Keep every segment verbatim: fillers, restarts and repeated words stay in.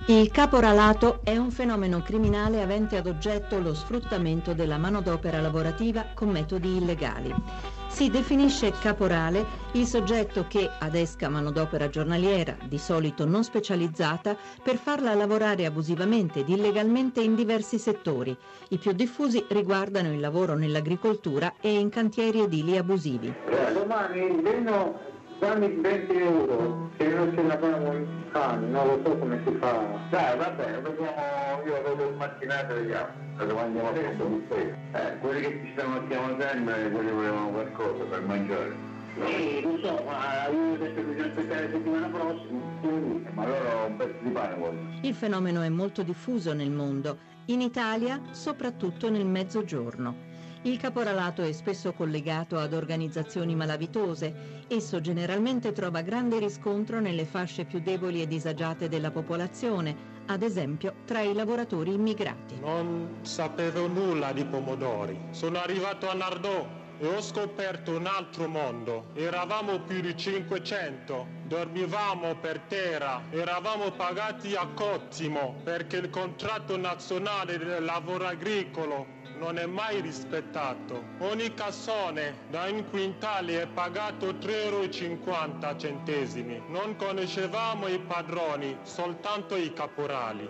Il caporalato è un fenomeno criminale avente ad oggetto lo sfruttamento della manodopera lavorativa con metodi illegali. Si definisce caporale il soggetto che adesca manodopera giornaliera, di solito non specializzata, per farla lavorare abusivamente ed illegalmente in diversi settori. I più diffusi riguardano il lavoro nell'agricoltura e in cantieri edili abusivi. Domani vengono dammi venti euro, se non ce la fanno i cani, non lo so come si fa. Dai, va bene, vediamo, io vedo il macchinato e vediamo, dove andiamo a fare. Eh, quelli che ci stanno chiamando sempre, quelli volevano qualcosa per mangiare. Sì, lo so, ma io adesso bisogna aspettare la settimana prossima, ma loro un pezzo di pane vogliono. Il fenomeno è molto diffuso nel mondo, in Italia soprattutto nel mezzogiorno. Il caporalato è spesso collegato ad organizzazioni malavitose. Esso generalmente trova grande riscontro nelle fasce più deboli e disagiate della popolazione, ad esempio tra i lavoratori immigrati. Non sapevo nulla di pomodori. Sono arrivato a Nardò e ho scoperto un altro mondo. Eravamo più di cinquecento, dormivamo per terra, eravamo pagati a cottimo perché il contratto nazionale del lavoro agricolo non è mai rispettato. Ogni cassone da un quintale è pagato tre euro e cinquanta centesimi. Non conoscevamo i padroni, soltanto i caporali.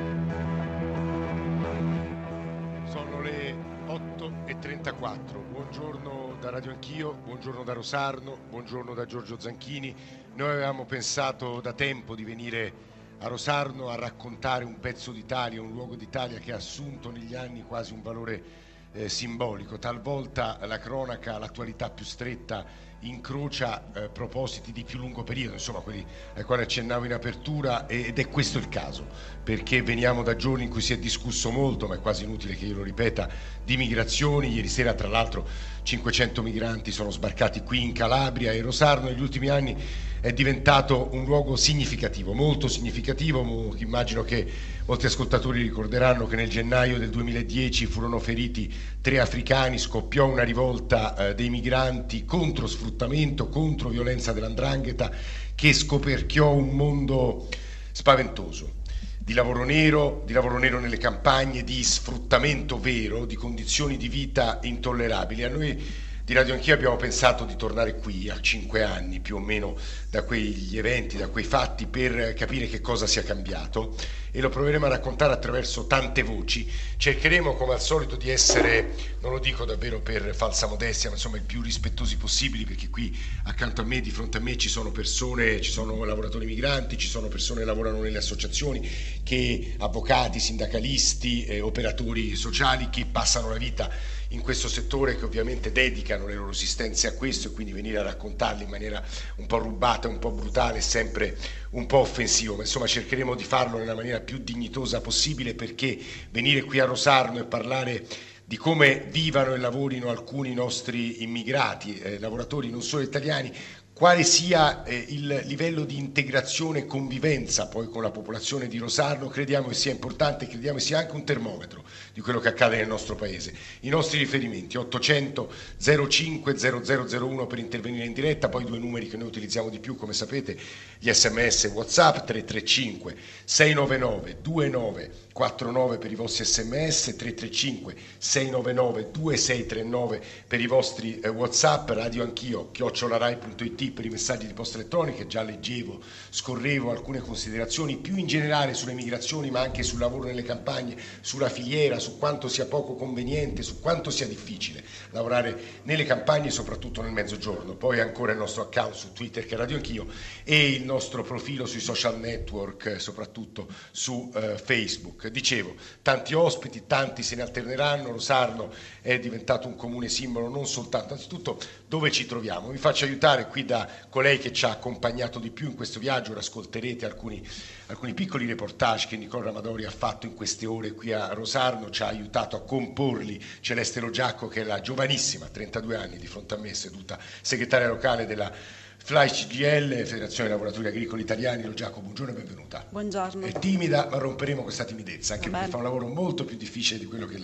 Sono le otto e trentaquattro. Buongiorno da Radio Anch'io, buongiorno da Rosarno, buongiorno da Giorgio Zanchini. Noi avevamo pensato da tempo di venire a Rosarno a raccontare un pezzo d'Italia, un luogo d'Italia che ha assunto negli anni quasi un valore eh, simbolico. Talvolta la cronaca, l'attualità più stretta incrocia eh, propositi di più lungo periodo, insomma quelli ai quali accennavo in apertura, ed è questo il caso, perché veniamo da giorni in cui si è discusso molto, ma è quasi inutile che io lo ripeta, di migrazioni. Ieri sera tra l'altro cinquecento migranti sono sbarcati qui in Calabria, e Rosarno negli ultimi anni è diventato un luogo significativo, molto significativo. Immagino che molti ascoltatori ricorderanno che nel gennaio del duemiladieci furono feriti tre africani, scoppiò una rivolta eh, dei migranti contro sfruttamento, contro violenza dell'andrangheta, che scoperchiò un mondo spaventoso di lavoro nero, di lavoro nero nelle campagne, di sfruttamento vero, di condizioni di vita intollerabili. A noi di Radio Anch'io abbiamo pensato di tornare qui a cinque anni più o meno da quegli eventi, da quei fatti, per capire che cosa sia cambiato, e lo proveremo a raccontare attraverso tante voci. Cercheremo come al solito di essere, non lo dico davvero per falsa modestia, ma insomma il più rispettosi possibili, perché qui accanto a me, di fronte a me, ci sono persone, ci sono lavoratori migranti, ci sono persone che lavorano nelle associazioni, che avvocati, sindacalisti, eh, operatori sociali che passano la vita in questo settore, che ovviamente dedicano le loro esistenze a questo, e quindi venire a raccontarli in maniera un po' rubata, un po' brutale, è sempre un po' offensivo, ma insomma cercheremo di farlo nella maniera più dignitosa possibile, perché venire qui a Rosarno e parlare di come vivano e lavorino alcuni nostri immigrati, eh, lavoratori non solo italiani, quale sia eh, il livello di integrazione e convivenza poi con la popolazione di Rosarno, crediamo che sia importante, crediamo che sia anche un termometro di quello che accade nel nostro paese. I nostri riferimenti: ottocento zero cinque zero zero zero uno per intervenire in diretta, poi due numeri che noi utilizziamo di più, come sapete, gli sms e WhatsApp: tre tre cinque sei nove nove due nove quattro nove per i vostri sms, tre tre cinque sei nove nove due sei tre nove per i vostri eh, WhatsApp, Radio Anch'io chiocciolarai punto it per i messaggi di posta elettronica. Già leggevo, scorrevo alcune considerazioni più in generale sulle migrazioni, ma anche sul lavoro nelle campagne, sulla filiera, su quanto sia poco conveniente, su quanto sia difficile lavorare nelle campagne, soprattutto nel mezzogiorno. Poi ancora il nostro account su Twitter, che è Radio Anch'io, e il nostro profilo sui social network, soprattutto su uh, Facebook. Dicevo, tanti ospiti, tanti se ne alterneranno. Rosarno è diventato un comune simbolo, non soltanto, anzitutto dove ci troviamo. Mi faccio aiutare qui da colei che ci ha accompagnato di più in questo viaggio. Ora ascolterete alcuni, alcuni piccoli reportage che Nicola Ramadori ha fatto in queste ore qui a Rosarno. Ci ha aiutato a comporli Celeste Logiacco, che è la giovanissima, trentadue anni, di fronte a me seduta, segretaria locale della Fly C G L, Federazione dei Lavoratori Agricoli Italiani. Logiacco, buongiorno e benvenuta. Buongiorno. È timida, ma romperemo questa timidezza, anche perché fa un lavoro molto più difficile di quello che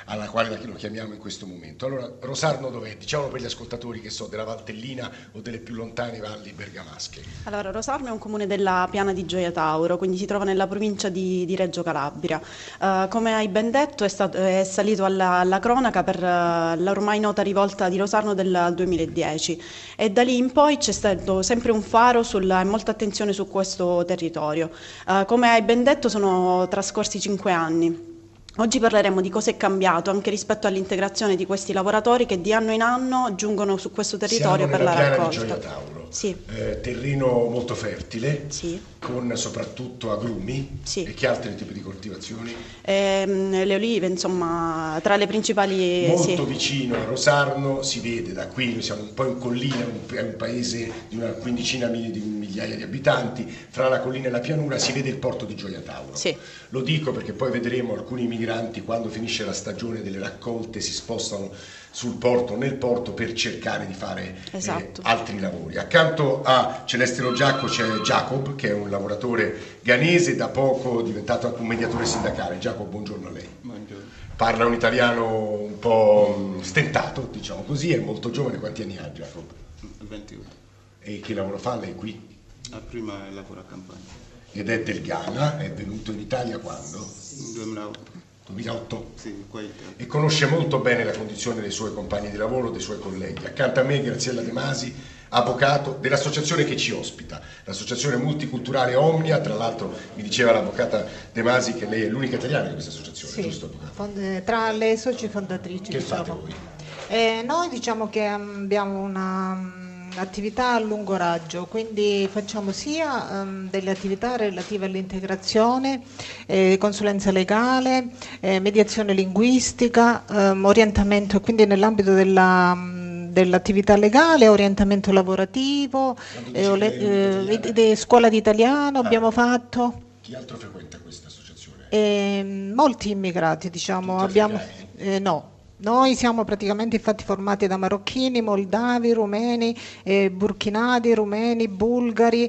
alla quale lo chiamiamo in questo momento. Allora, Rosarno dov'è? Diciamolo per gli ascoltatori che so della Valtellina o delle più lontane valli bergamasche. Allora, Rosarno è un comune della piana di Gioia Tauro, quindi si trova nella provincia di, di Reggio Calabria. Uh, come hai ben detto, è, stato, è salito alla, alla cronaca per uh, l'ormai nota rivolta di Rosarno del duemiladieci e da lì in poi c'è stato sempre un faro e molta attenzione su questo territorio. Uh, come hai ben detto, sono trascorsi cinque anni. Oggi parleremo di cosa è cambiato anche rispetto all'integrazione di questi lavoratori che di anno in anno giungono su questo territorio per la raccolta. Siamo nella piana di Gioia Tauro, sì. eh, terreno molto fertile, sì. con soprattutto agrumi, sì. E che altri tipi di coltivazioni? Eh, le olive, insomma, tra le principali... Molto sì. vicino a Rosarno, si vede da qui, noi siamo un po' in collina, è un paese di una quindicina di migliaia di abitanti, fra la collina e la pianura si vede il porto di Gioia Tauro. Sì. Lo dico perché poi vedremo alcuni migranti quando finisce la stagione delle raccolte si spostano sul porto, nel porto per cercare di fare esatto. eh, altri lavori. Accanto a Celeste Logiacco c'è Jacob, che è un lavoratore ghanese, da poco diventato anche un mediatore sindacale. Jacob, buongiorno a lei. Buongiorno. Parla un italiano un po' stentato, diciamo così, è molto giovane. Quanti anni ha Jacob? ventuno. E che lavoro fa lei qui? La prima lavoro a campagna. Ed è del Ghana, è venuto in Italia quando? Nel duemilaotto. duemilaotto? Sì, qua in Italia. E conosce molto bene la condizione dei suoi compagni di lavoro, dei suoi colleghi. Accanto a me Graziella De Masi, avvocato dell'associazione che ci ospita, l'associazione multiculturale Omnia. Tra l'altro mi diceva l'avvocata De Masi che lei è l'unica italiana di questa associazione, sì, giusto avvocato? Fond- tra le soci fondatrici. Che diciamo. fate voi? Eh, noi diciamo che abbiamo una attività a lungo raggio, quindi facciamo sia um, delle attività relative all'integrazione, eh, consulenza legale, eh, mediazione linguistica, um, orientamento, quindi nell'ambito della, um, dell'attività legale, orientamento lavorativo, eh, ole, eh, di scuola di italiano ah. abbiamo fatto. Chi altro frequenta questa associazione? Eh, molti immigrati, diciamo, Tutti abbiamo africani? eh, no. Noi siamo praticamente infatti formati da marocchini, moldavi, rumeni, eh, burkinadi, rumeni, bulgari,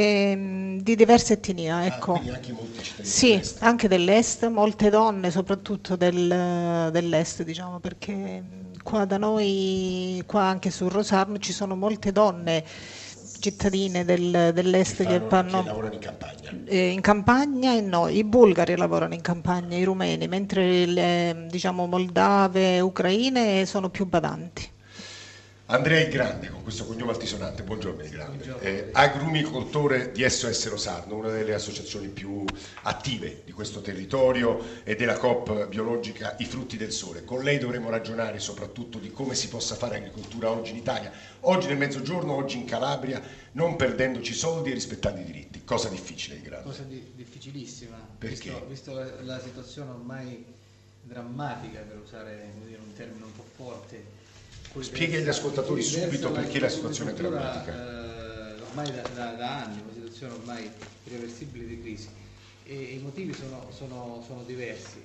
eh, di diverse etnie. Ecco. Ah, quindi anche molti cittadini sì, dell'est. Anche dell'est, molte donne soprattutto del, dell'est, diciamo, perché qua da noi, qua anche su Rosarno, ci sono molte donne cittadine del, dell'est che, che, fanno, che lavorano in campagna. Eh, in campagna e no, i bulgari lavorano in campagna, i rumeni, mentre le diciamo moldave, ucraine sono più badanti. Andrea Il Grande, con questo cognome altisonante, buongiorno Il Grande, eh, agrumicoltore di S O S Rosarno, una delle associazioni più attive di questo territorio e della COP biologica I Frutti del Sole. Con lei dovremo ragionare soprattutto di come si possa fare agricoltura oggi in Italia, oggi nel Mezzogiorno, oggi in Calabria, non perdendoci soldi e rispettando i diritti. Cosa difficile Il Grande? Cosa di, difficilissima, perché? Visto, visto la, la situazione ormai drammatica, per usare dire, un termine un po' forte. Spieghi agli ascoltatori subito perché la situazione è drammatica. Eh, ormai da, da, da anni, una situazione ormai irreversibile di crisi e i motivi sono, sono, sono diversi.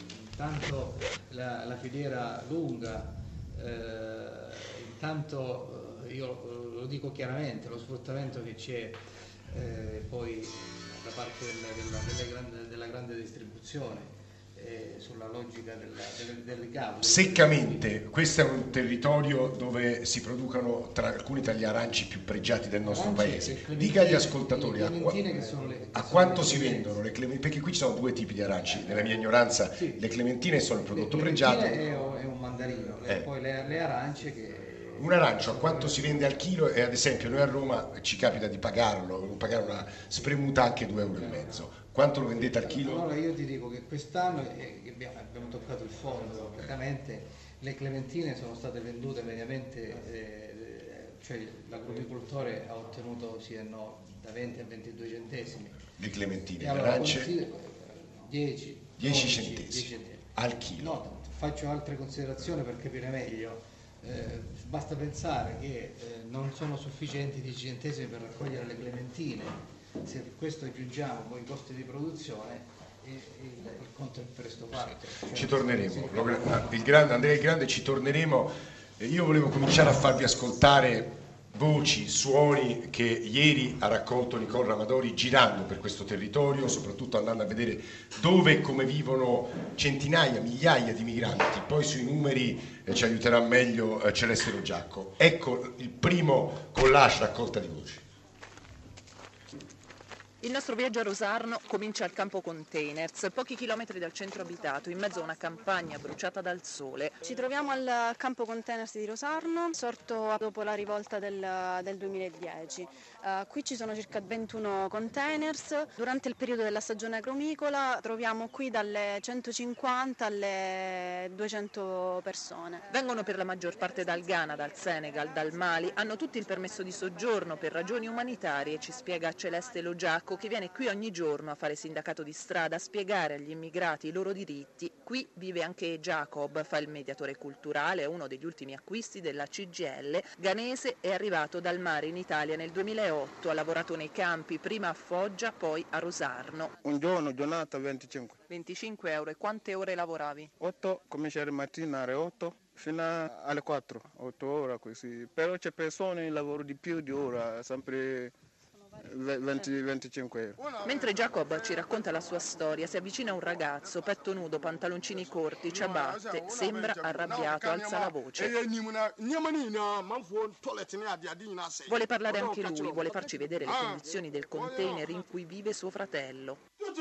Intanto la, la filiera lunga, eh, intanto eh, io lo dico chiaramente, lo sfruttamento che c'è eh, poi da parte della, della, della, grande, della grande distribuzione. Sulla logica del, del, del ricavo. Seccamente, questo è un territorio dove si producono tra alcuni tra gli aranci più pregiati del nostro aranci, paese. Dica agli ascoltatori a, qua, che sono le, a quanto si vendono le clementine, perché qui ci sono due tipi di aranci, nella mia ignoranza sì. Le clementine sono il prodotto le pregiato. È, è un mandarino, eh. poi le, le arance che... Un arancio a quanto si vende al chilo e ad esempio noi a Roma ci capita di pagarlo, pagare una spremuta anche due euro e mezzo. Quanto lo vendete al chilo? Allora io ti dico che quest'anno eh, abbiamo, abbiamo toccato il fondo, praticamente le clementine sono state vendute mediamente, eh, cioè l'agrumicoltore ha ottenuto sì e no da venti a ventidue centesimi. Le clementine, allora, le arance? dieci, dieci centesimi al chilo. No, faccio altre considerazioni per capire meglio. Eh, basta pensare che eh, non sono sufficienti dieci centesimi per raccogliere le clementine. Se a questo aggiungiamo poi i costi di produzione, il, il, il conto è presto fatto. Cioè, ci torneremo, il grande, Andrea Il Grande, ci torneremo. Io volevo cominciare a farvi ascoltare voci, suoni che ieri ha raccolto Nicole Ramadori girando per questo territorio, soprattutto andando a vedere dove e come vivono centinaia, migliaia di migranti. Poi sui numeri eh, ci aiuterà meglio eh, Celeste Lo Giacco. Ecco il primo collage raccolta di voci. Il nostro viaggio a Rosarno comincia al campo containers, pochi chilometri dal centro abitato, in mezzo a una campagna bruciata dal sole. Ci troviamo al campo containers di Rosarno, sorto dopo la rivolta del, del duemiladieci. Uh, qui ci sono circa ventuno containers. Durante il periodo della stagione agrumicola troviamo qui dalle centocinquanta alle duecento persone. Vengono per la maggior parte dal Ghana, dal Senegal, dal Mali, hanno tutti il permesso di soggiorno per ragioni umanitarie, ci spiega Celeste Lo Giacco, che viene qui ogni giorno a fare sindacato di strada, a spiegare agli immigrati i loro diritti. Qui vive anche Jacob, fa il mediatore culturale, è uno degli ultimi acquisti della C G I L. Ghanese, è arrivato dal mare in Italia nel duemilaotto, ha lavorato nei campi, prima a Foggia, poi a Rosarno. Un giorno, giornata venticinque. venticinque euro, e quante ore lavoravi? otto, cominciare mattina alle otto fino alle quattro, otto ore così. Però c'è persone che lavorano di più di ora, sempre venti venticinque euro. Mentre Jacob ci racconta la sua storia, si avvicina un ragazzo, petto nudo, pantaloncini corti, ciabatte, sembra arrabbiato, alza la voce. Vuole parlare anche lui, vuole farci vedere le condizioni del container in cui vive suo fratello.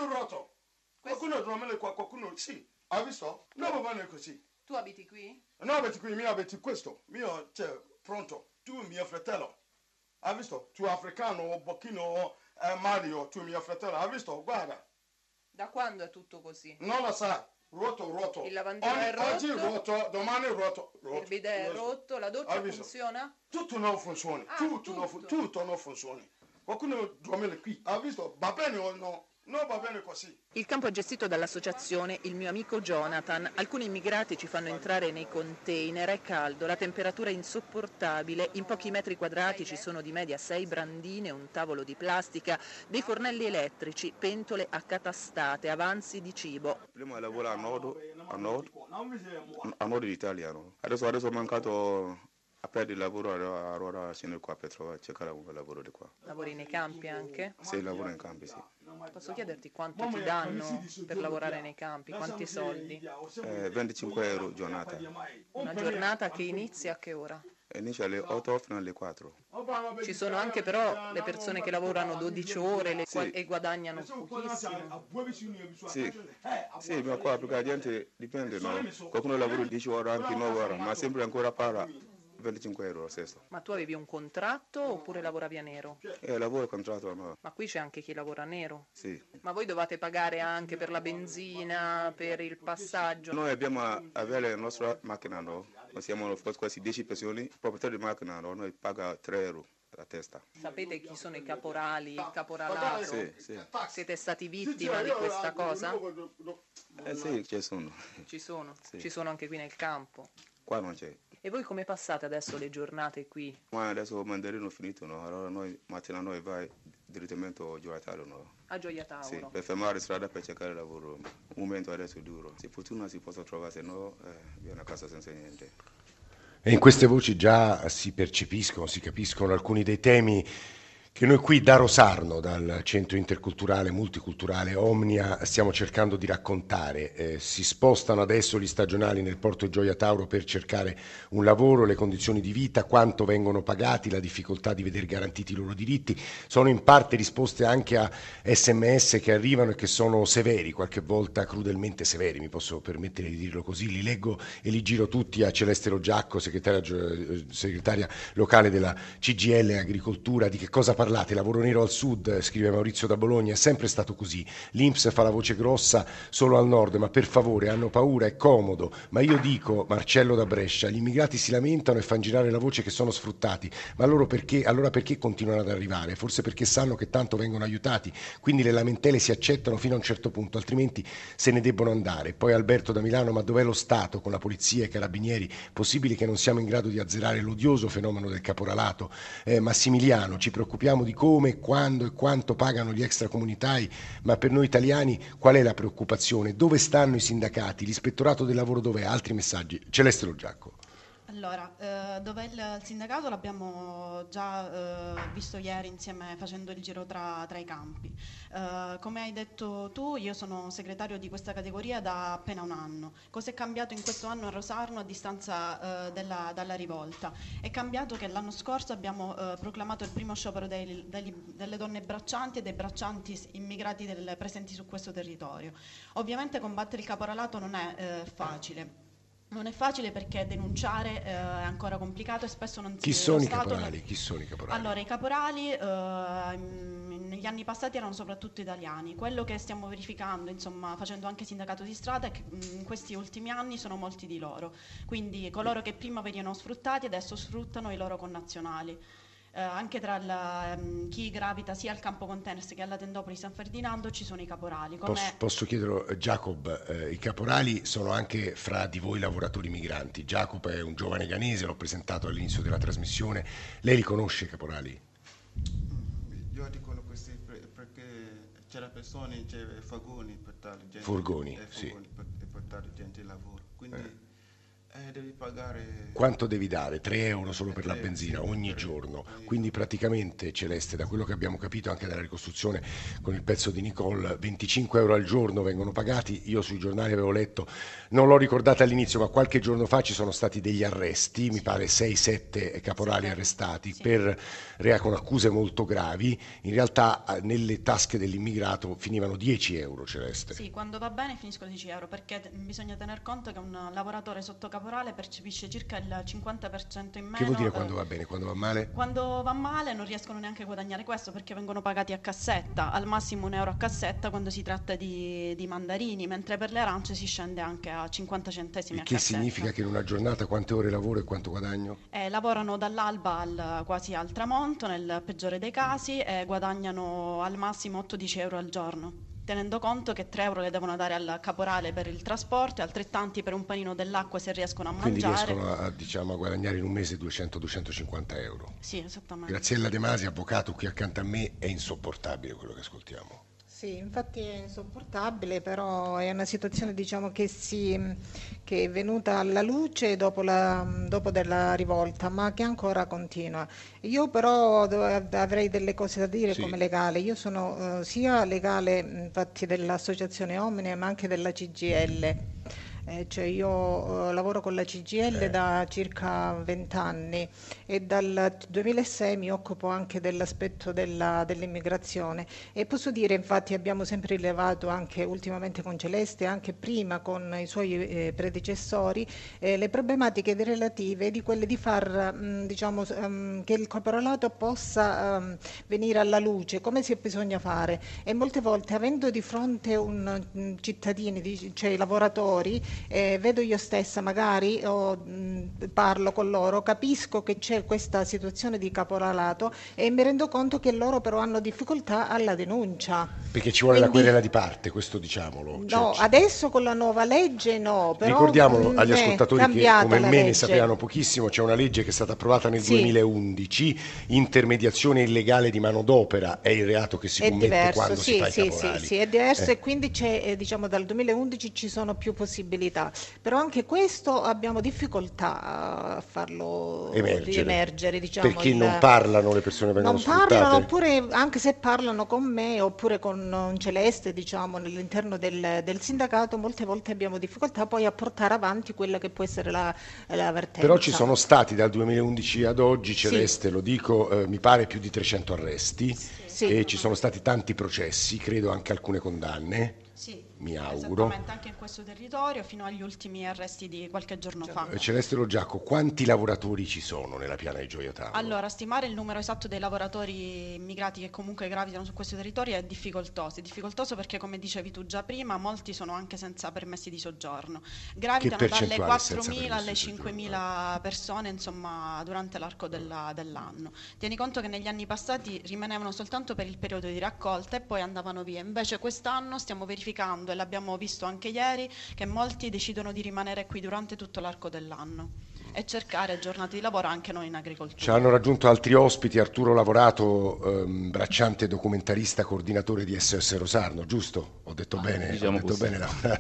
Qualcuno dorme qua, qualcuno sì, ha visto? No, va bene così. Tu abiti qui? No, abiti qui, mi abiti questo, mio, cioè, pronto, tu mio fratello. Ha visto? Tu africano, bocchino, eh, Mario, tu mio fratello, ha visto? Guarda. Da quando è tutto così? Non lo sa, ruoto, ruoto. Il lavandino è rotto? Oggi ruoto, domani ruoto. ruoto. Il bidet è rotto, la doccia funziona? Tutto non funziona, ah, tutto, tutto. Non fu- tutto non funziona. Qualcuno dorme qui, ha visto? Va bene o no? No, va bene così. Il campo è gestito dall'associazione Il mio amico Jonathan. Alcuni immigrati ci fanno entrare nei container, è caldo, la temperatura è insopportabile, in pochi metri quadrati ci sono di media sei brandine, un tavolo di plastica, dei fornelli elettrici, pentole accatastate, avanzi di cibo. Prima lavoro a nord, a nord, a nord d'Italia, no? Adesso, adesso ho mancato a perdere il lavoro, allora scendo qua per trovare, cercare un lavoro di qua. Lavori nei campi anche? Sì, lavoro in campi, sì. Posso chiederti quanto ti danno per lavorare nei campi? Quanti soldi? Eh, venticinque euro giornata. Una giornata che inizia a che ora? Inizia alle otto fino alle quattro. Ci sono anche però le persone che lavorano dodici ore le sì. e guadagnano pochissimo. Sì, sì, ma qua perché la gente dipende, no? Qualcuno lavora dieci ore, anche nove ore, ma sempre ancora paga venticinque euro stesso. Ma tu avevi un contratto oppure lavoravi a nero? Eh, lavoro contratto, no. Ma qui c'è anche chi lavora a nero? Sì. Ma voi dovete pagare anche per la benzina, per il passaggio? Noi abbiamo avere la nostra macchina, no? Noi siamo quasi dieci persone, il proprietario di macchina, no? Noi paga tre euro la testa. Sapete chi sono i caporali, il caporalato? Sì, sì. Siete stati vittima di questa cosa? Eh sì, ci sono. Ci sono? Sì. Ci sono anche qui nel campo? Qua non c'è. E voi come passate adesso le giornate qui? Ma adesso il mandarino è finito, no? Allora noi mattina noi vai direttamente a Gioia Tauro, no? A Gioia Tauro? Sì, per fermare strada per cercare lavoro. Un momento adesso è duro. Se fortuna si possa trovare, se no eh, viene a casa senza niente. E in queste voci già si percepiscono, si capiscono alcuni dei temi che noi qui da Rosarno, dal Centro Interculturale Multiculturale Omnia, stiamo cercando di raccontare. Eh, si spostano adesso gli stagionali nel porto di Gioia Tauro per cercare un lavoro, le condizioni di vita, quanto vengono pagati, la difficoltà di vedere garantiti i loro diritti, sono in parte risposte anche a sms che arrivano e che sono severi, qualche volta crudelmente severi, mi posso permettere di dirlo così, li leggo e li giro tutti a Celeste Lo Giacco, segretaria, segretaria locale della C G I L Agricoltura. Di che cosa parlate? Lavoro nero al sud, scrive Maurizio da Bologna, è sempre stato così. L'I N P S fa la voce grossa solo al nord, ma per favore, hanno paura, è comodo. Ma io dico, Marcello da Brescia, gli immigrati si lamentano e fanno girare la voce che sono sfruttati, ma loro perché, allora perché continuano ad arrivare? Forse perché sanno che tanto vengono aiutati, quindi le lamentele si accettano fino a un certo punto, altrimenti se ne debbono andare. Poi Alberto da Milano, ma dov'è lo Stato con la polizia e i carabinieri? Possibile che non siamo in grado di azzerare l'odioso fenomeno del caporalato? Eh, Massimiliano, ci preoccupiamo di come, quando e quanto pagano gli extracomunitari, ma per noi italiani qual è la preoccupazione? Dove stanno i sindacati? L'ispettorato del lavoro dov'è? Altri messaggi. Celeste Lo Giacco. Allora, eh, dove il, il sindacato l'abbiamo già eh, visto ieri insieme facendo il giro tra, tra i campi. Eh, come hai detto tu, io sono segretario di questa categoria da appena un anno. Cosa è cambiato in questo anno a Rosarno a distanza eh, della, dalla rivolta? È cambiato che l'anno scorso abbiamo eh, proclamato il primo sciopero dei, degli, delle donne braccianti e dei braccianti immigrati del, presenti su questo territorio. Ovviamente combattere il caporalato non è eh, facile. Non è facile perché denunciare eh, è ancora complicato e spesso non si... Chi sono i Stato caporali? non... Chi sono i caporali? Allora, i caporali eh, negli anni passati erano soprattutto italiani. Quello che stiamo verificando, insomma, facendo anche sindacato di strada, è che in questi ultimi anni sono molti di loro. Quindi coloro che prima venivano sfruttati adesso sfruttano i loro connazionali. Eh, anche tra la, um, chi gravita sia al campo containers che alla tendopoli San Ferdinando ci sono i caporali. Posso, posso chiederlo, Jacob, eh, i caporali sono anche fra di voi lavoratori migranti. Jacob è un giovane ghanese, l'ho presentato all'inizio della trasmissione. Lei li conosce i caporali? Io dico questi perché c'era persone, c'è furgoni per portare gente. Furgoni, eh, sì. furgoni per, per portare gente al lavoro. Quindi eh. Eh, devi pagare... Quanto devi dare? tre euro solo per la tre, benzina sì, ogni tre, giorno. ogni Quindi praticamente, Celeste, da quello che abbiamo capito anche dalla ricostruzione con il pezzo di Nicole, venticinque euro al giorno vengono pagati. Io sui giornali avevo letto, non l'ho ricordata all'inizio, ma qualche giorno fa ci sono stati degli arresti, mi pare sei sette caporali arrestati per rea con accuse molto gravi. In realtà nelle tasche dell'immigrato finivano dieci euro, Celeste. Sì, quando va bene finiscono dieci euro, perché t- bisogna tener conto che un lavoratore sotto caporale percepisce circa il cinquanta per cento in meno. Che vuol dire quando eh, va bene, quando va male? Quando va male non riescono neanche a guadagnare questo, perché vengono pagati a cassetta, al massimo un euro a cassetta quando si tratta di, di mandarini, mentre per le arance si scende anche a cinquanta centesimi a Che cassetta. significa che in una giornata quante ore lavoro e quanto guadagno? Eh, lavorano dall'alba al, quasi al tramonto, nel peggiore dei casi, e guadagnano al massimo otto dieci euro al giorno, tenendo conto che tre euro le devono dare al caporale per il trasporto e altrettanti per un panino dell'acqua se riescono a Quindi mangiare. riescono a, diciamo, a guadagnare in un mese duecento duecentocinquanta euro. Sì, esattamente. Graziella De Masi, avvocato qui accanto a me, è insopportabile quello che ascoltiamo. Sì, infatti è insopportabile, però è una situazione, diciamo, che, si, che è venuta alla luce dopo, la, dopo della rivolta, ma che ancora continua. Io però avrei delle cose da dire, sì, come legale. Io sono uh, sia legale infatti dell'associazione Omnia, ma anche della C G I L. Eh, cioè io uh, lavoro con la C G I L eh. da circa vent'anni e dal duemilasei mi occupo anche dell'aspetto della, dell'immigrazione, e posso dire, infatti abbiamo sempre rilevato anche ultimamente con Celeste, anche prima con i suoi eh, predecessori, eh, le problematiche relative di quelle di far mh, diciamo um, che il caporalato possa um, venire alla luce, come si bisogna fare, e molte volte avendo di fronte un, un cittadini, di, cioè i lavoratori, Eh, vedo io stessa magari, o, mh, parlo con loro, capisco che c'è questa situazione di caporalato e mi rendo conto che loro però hanno difficoltà alla denuncia. Perché ci vuole Quindi, la querela di parte, questo diciamolo. No, cioè, adesso con la nuova legge no, però ricordiamolo mh, agli ascoltatori che come me legge. ne sappiano pochissimo, c'è una legge che è stata approvata nel sì. duemilaundici, intermediazione illegale di manodopera è il reato che si è commette diverso, quando sì, si fa sì, i caporali. Sì, sì, è diverso, eh. e quindi c'è, eh, diciamo, dal duemilaundici ci sono più possibilità. Però anche questo abbiamo difficoltà a farlo emergere, riemergere, diciamo, perché il, non parlano le persone, vengono non sfruttate? parlano, oppure anche se parlano con me oppure con Celeste, diciamo, all'interno del, del sindacato, molte volte abbiamo difficoltà poi a portare avanti quella che può essere la, la vertenza. Però ci sono stati dal duemilaundici ad oggi, Celeste, sì. lo dico, eh, mi pare più di trecento arresti, sì. e ci sono stati tanti processi, credo anche alcune condanne. Sì, mi auguro. Esattamente, anche in questo territorio, fino agli ultimi arresti di qualche giorno fa. Celeste Lo Giacco, quanti lavoratori ci sono nella piana di Gioia Tauro? Allora, stimare il numero esatto dei lavoratori immigrati che comunque gravitano su questo territorio è difficoltoso. È difficoltoso perché, come dicevi tu già prima, molti sono anche senza permessi di soggiorno. Gravitano dalle quattromila alle cinquemila persone, insomma, durante l'arco della, dell'anno. Tieni conto che negli anni passati rimanevano soltanto per il periodo di raccolta e poi andavano via. Invece quest'anno stiamo verificando, e l'abbiamo visto anche ieri, che molti decidono di rimanere qui durante tutto l'arco dell'anno. e cercare giornate di lavoro anche noi in agricoltura. Ci hanno raggiunto altri ospiti, Arturo Lavorato, ehm, bracciante documentarista, coordinatore di S O S Rosarno, giusto? Ho detto ah, bene, diciamo ho detto bene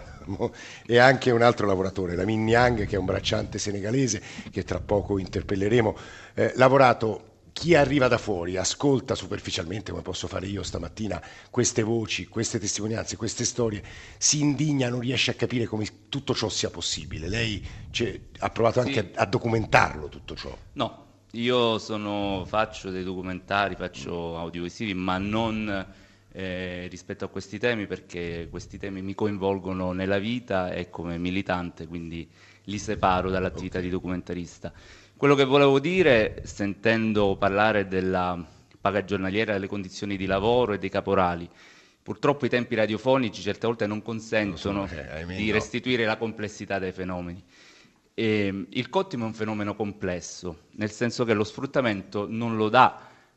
e anche un altro lavoratore, Lamin Niang, che è un bracciante senegalese che tra poco interpelleremo. Eh, Lavorato, chi arriva da fuori ascolta superficialmente, come posso fare io stamattina, queste voci, queste testimonianze, queste storie, si indigna, non riesce a capire come tutto ciò sia possibile. Lei ha provato anche sì. a, a documentarlo tutto ciò. No, io sono, faccio dei documentari, faccio audiovisivi, ma non eh, rispetto a questi temi, perché questi temi mi coinvolgono nella vita e come militante, quindi li separo dall'attività okay. di documentarista. Quello che volevo dire, sentendo parlare della paga giornaliera, delle condizioni di lavoro e dei caporali, purtroppo i tempi radiofonici certe volte non consentono so, eh, di restituire la complessità dei fenomeni. E il cottimo è un fenomeno complesso, nel senso che lo sfruttamento non lo dà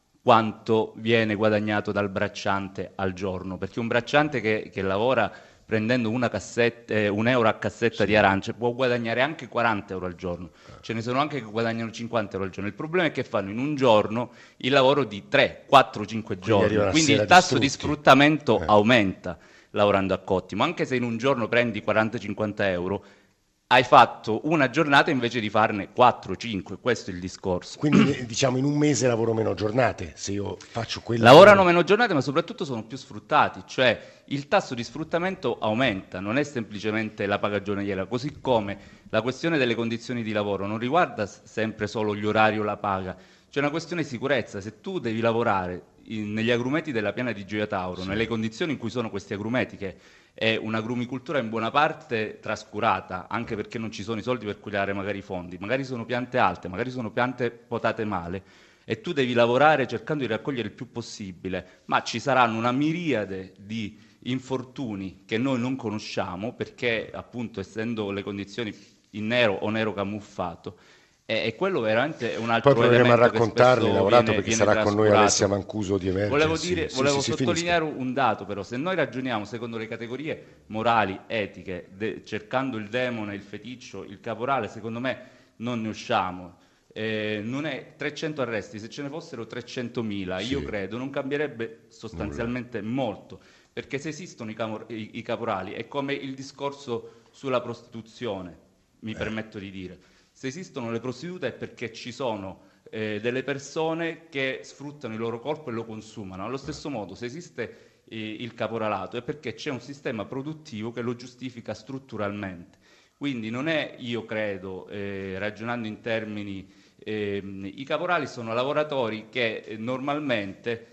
quanto viene guadagnato dal bracciante al giorno, perché un bracciante che, che lavora prendendo una cassetta, eh, un euro a cassetta sì. di arance, può guadagnare anche quaranta euro al giorno. Ce ne sono anche che guadagnano cinquanta euro al giorno. Il problema è che fanno in un giorno il lavoro di tre, quattro, cinque giorni. Quindi, Quindi il tasso di sfruttamento eh. aumenta lavorando a cottimo. Anche se in un giorno prendi quaranta cinquanta euro, hai fatto una giornata invece di farne quattro cinque, questo è il discorso. Quindi diciamo in un mese lavoro meno giornate, se io faccio quello. Lavorano che... meno giornate, ma soprattutto sono più sfruttati, cioè il tasso di sfruttamento aumenta, non è semplicemente la paga giornaliera, così come la questione delle condizioni di lavoro non riguarda sempre solo gli orari o la paga, c'è una questione di sicurezza. Se tu devi lavorare in, negli agrumeti della piana di Gioia Tauro, sì. nelle condizioni in cui sono questi agrumeti, che è un'agrumicoltura in buona parte trascurata, anche perché non ci sono i soldi per cuidare magari i fondi, magari sono piante alte, magari sono piante potate male, e tu devi lavorare cercando di raccogliere il più possibile, ma ci saranno una miriade di infortuni che noi non conosciamo, perché appunto essendo le condizioni in nero o nero camuffato, e quello veramente è un altro Poi proveremo a raccontarli, Lavorato, viene, perché viene sarà con noi Alessia Mancuso di Emergency. Volevo, dire, sì, volevo sì, sottolineare un dato però, se noi ragioniamo secondo le categorie morali, etiche, de, cercando il demone, il feticcio, il caporale, secondo me non ne usciamo. Eh, non è trecento arresti, se ce ne fossero trecentomila, sì. io credo non cambierebbe sostanzialmente Nulla. molto, perché se esistono i, camor- i, i caporali è come il discorso sulla prostituzione, mi eh. permetto di dire. Se esistono le prostitute è perché ci sono eh, delle persone che sfruttano il loro corpo e lo consumano. Allo stesso modo, se esiste eh, il caporalato è perché c'è un sistema produttivo che lo giustifica strutturalmente. Quindi non è, io credo, eh, ragionando in termini, eh, i caporali sono lavoratori che eh, normalmente...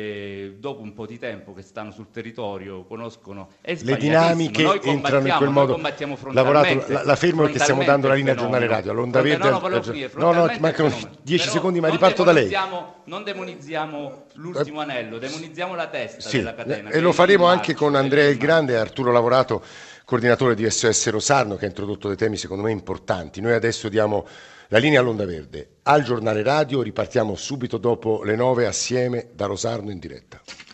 E dopo un po' di tempo che stanno sul territorio conoscono le dinamiche, noi entrano in quel modo. Lavorato, la, la fermo perché stiamo dando la linea al giornale radio all'Onda Verde. No, no, finire, no, no mancano dieci secondi, ma riparto da lei. Non demonizziamo l'ultimo anello, demonizziamo la testa sì, della catena. E lo faremo anche con Andrea il Grande e Arturo Lavorato, coordinatore di S O S Rosarno, che ha introdotto dei temi secondo me importanti. Noi adesso diamo la linea all'Onda Verde al giornale radio, ripartiamo subito dopo le nove assieme da Rosarno in diretta.